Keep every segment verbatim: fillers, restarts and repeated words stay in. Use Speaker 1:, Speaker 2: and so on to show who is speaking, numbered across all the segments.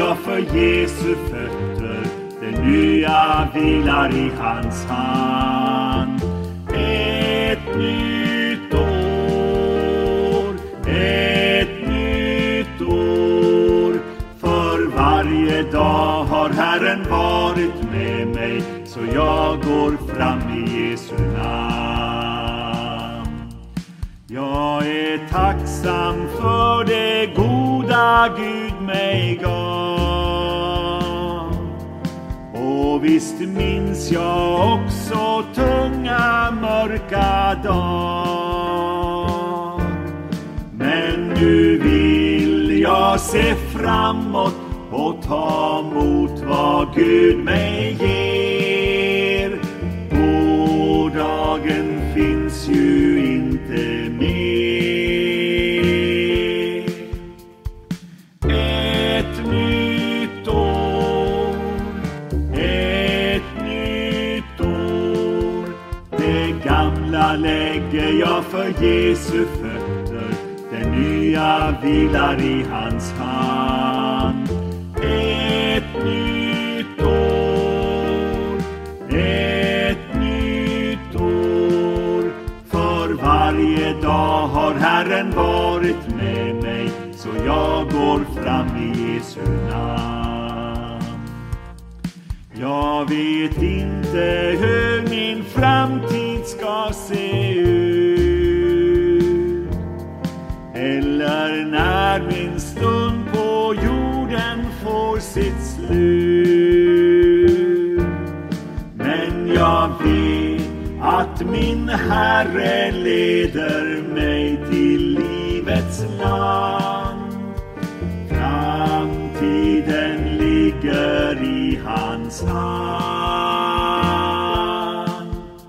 Speaker 1: jag för Jesu fötter. Det nya vilar i hans hand. Ett nytt år, ett nytt år. För varje dag har Herren varit med mig, så jag går fram i Jesu namn. Jag är tacksam för det goda Gud mig gav. Och visst minns jag också tunga mörka dag. Men nu vill jag se framåt och ta emot vad Gud mig ger. Gårdagen finns ju inte mer. Ett nytt år, ett nytt år. Det gamla lägger jag för Jesu fötter. Det nya vilar i hans hand. Ett nytt år, ett nytt år. För varje dag har Herren varit med mig, så jag går fram i Jesu namn. Jag vet inte hur min framtid ska se ut, eller när min stund på jorden får sitt slut. Men jag vet att min Herre leder mig till livets land. Framtiden ligger i hans hand.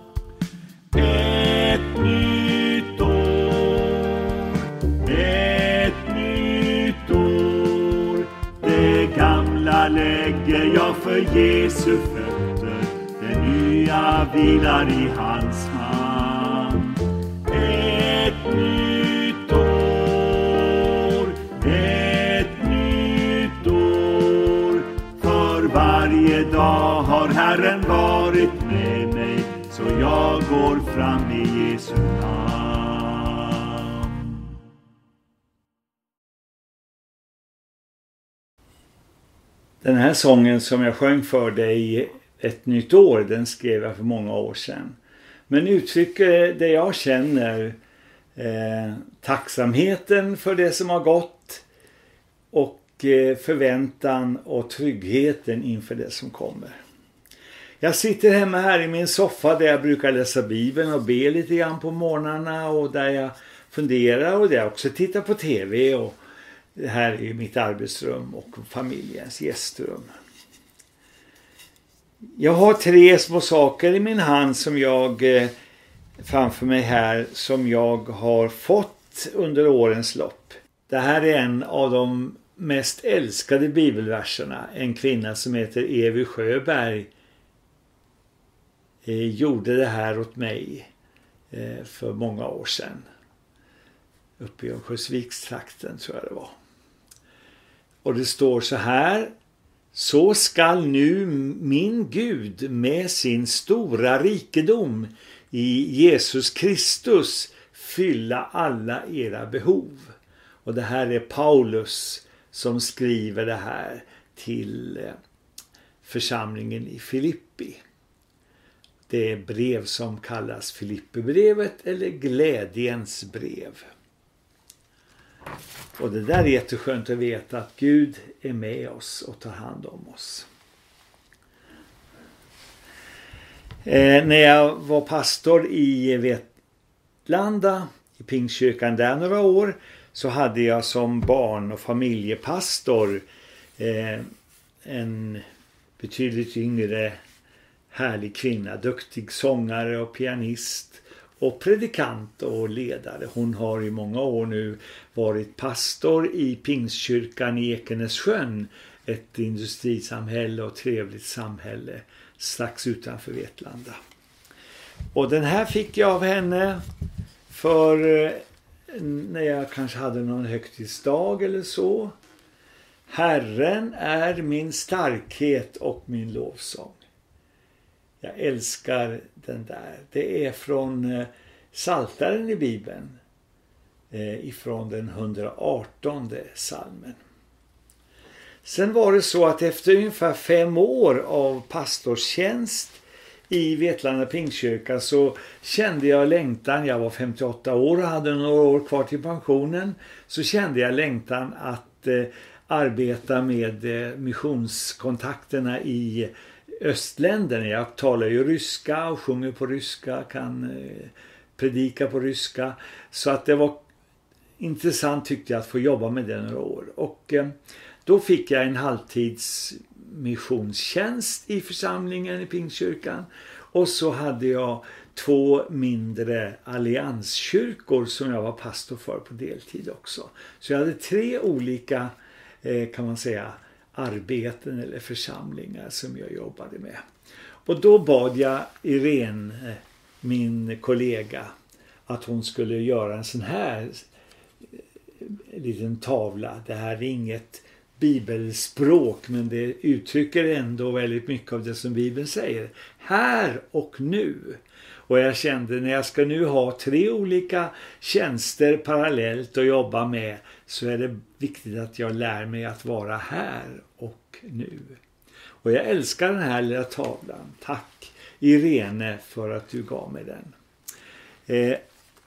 Speaker 1: Ett nytt år, ett nytt år. Det gamla lägger jag för Jesu fötter. Det nya vilar i hans hand. Ett nytt år, ett nytt år. För varje dag har Herren varit med mig, så jag går fram i Jesu namn.
Speaker 2: Den här sången som jag sjöng för dig ett nytt år, den skrev jag för många år sedan. Men uttrycker det jag känner, eh, tacksamheten för det som har gått och eh, förväntan och tryggheten inför det som kommer. Jag sitter hemma här i min soffa där jag brukar läsa Bibeln och be lite grann på morgnarna, och där jag funderar och där jag också tittar på tv, och det här är mitt arbetsrum och familjens gästrum. Jag har tre små saker i min hand som jag eh, framför mig här, som jag har fått under årens lopp. Det här är en av de mest älskade bibelverserna. En kvinna som heter Evy Sjöberg eh, gjorde det här åt mig eh, för många år sedan. Uppe i Örnsköldsvikstrakten tror jag det var. Och det står så här: så skall nu min Gud med sin stora rikedom i Jesus Kristus fylla alla era behov. Och det här är Paulus som skriver det här till församlingen i Filippi. Det är brev som kallas Filippibrevet eller glädjens brev. Och det där är jätteskönt att veta att Gud är med oss och tar hand om oss. Eh, när jag var pastor i Vetlanda, i Pingstkyrkan där några år, så hade jag som barn- och familjepastor eh, en betydligt yngre härlig kvinna, duktig sångare och pianist och predikant och ledare. Hon har i många år nu varit pastor i Pingstkyrkan i Ekenässjön, ett industrisamhälle och trevligt samhälle strax utanför Vetlanda. Och den här fick jag av henne för när jag kanske hade någon högtidsdag eller så. Herren är min starkhet och min lovsång. Jag älskar den där. Det är från Psaltaren i Bibeln. Ifrån den hundraartonde psalmen. Sen var det så att efter ungefär fem år av pastorstjänst i Vetlanda Pingstkyrka så kände jag längtan. Jag var femtioåtta år och hade några år kvar till pensionen. Så kände jag längtan att eh, arbeta med eh, missionskontakterna i östländerna. Jag talar ju ryska och sjunger på ryska, kan eh, predika på ryska. Så att det var intressant tyckte jag att få jobba med det några år. Och eh, då fick jag en halvtids missionstjänst i församlingen i Pingstkyrkan. Och så hade jag två mindre allianskyrkor som jag var pastor för på deltid också. Så jag hade tre olika eh, kan man säga arbeten eller församlingar som jag jobbade med. Och då bad jag Irene, min kollega, att hon skulle göra en sån här liten tavla. Det här är inget bibelspråk, men det uttrycker ändå väldigt mycket av det som Bibeln säger. Här och nu. Och jag kände när jag ska nu ha tre olika tjänster parallellt att jobba med, så är det viktigt att jag lär mig att vara här och nu. Och jag älskar den här lilla tavlan. Tack Irene för att du gav mig den. Eh,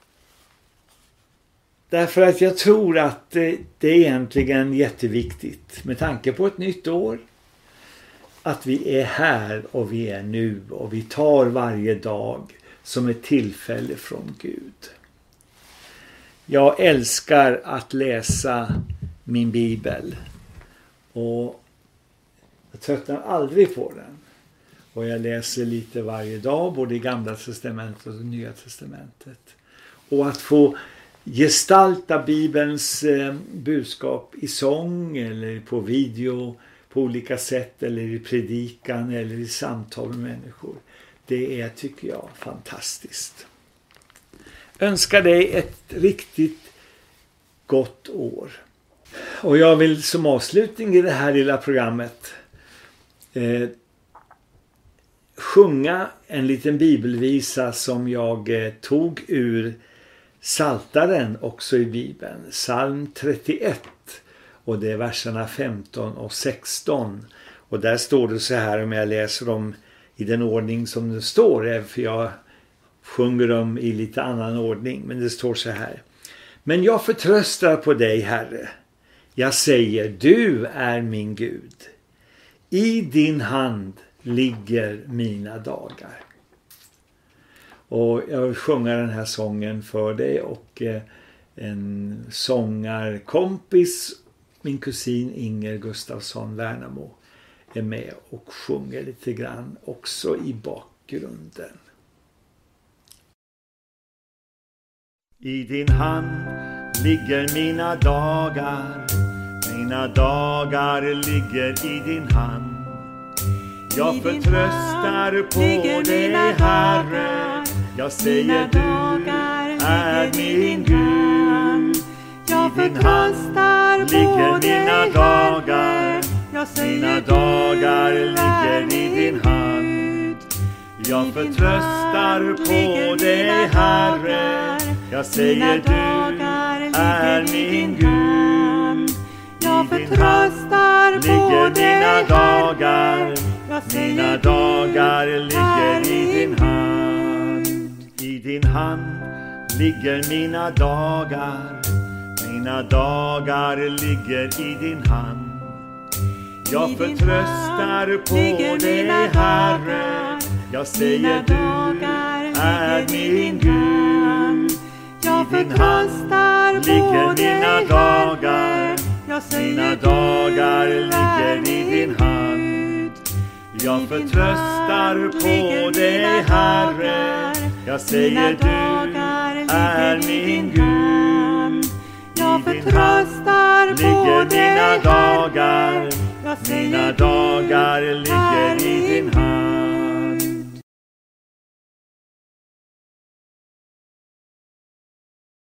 Speaker 2: Därför att jag tror att det är egentligen jätteviktigt med tanke på ett nytt år att vi är här och vi är nu och vi tar varje dag som ett tillfälle från Gud. Jag älskar att läsa min bibel och jag tröttnar aldrig på den. Och jag läser lite varje dag, både i Gamla testamentet och Nya testamentet. Och att få gestalta Bibelns eh, budskap i sång eller på video på olika sätt eller i predikan eller i samtal med människor. Det är, tycker jag, fantastiskt. Önskar dig ett riktigt gott år. Och jag vill som avslutning i det här lilla programmet eh, sjunga en liten bibelvisa som jag eh, tog ur Psaltaren också i Bibeln, psalm trettioett, och det är verserna femton och sexton. Och där står det så här, om jag läser dem i den ordning som det står, för jag sjunger dem i lite annan ordning, men det står så här. Men jag förtröstar på dig, Herre. Jag säger, du är min Gud. I din hand ligger mina dagar. Och jag vill sjunga den här sången för dig, och eh, en sångarkompis, min kusin Inger Gustafsson Värnamo, är med och sjunger lite grann också i bakgrunden. I din hand ligger mina dagar, mina dagar ligger i din hand. Jag förtröstar på dig, Herre. Jag säger, du är min Gud.
Speaker 3: Jag förtröstar på dig, Herre. Jag säger,
Speaker 2: dagar ligger i din hand. Jag förtröstar på dig, Herre. Jag säger, du är min Gud.
Speaker 3: Jag förtröstar på dig,
Speaker 2: dagar. Mina dagar ligger i din hand. I din hand ligger mina dagar. Mina dagar ligger i din hand. Jag förtröstar på dig, Herre. Jag säger, du är min Gud.
Speaker 3: Jag förtröstar på dig,
Speaker 2: dagar.
Speaker 3: Jag säger,
Speaker 2: mina dagar ligger i din hand. Jag förtröstar på dig, Herre. Jag säger, du är min Gud.
Speaker 3: Jag förtröstar på dig,
Speaker 2: ligger mina dagar.
Speaker 3: Jag säger,
Speaker 2: Mina dagar ligger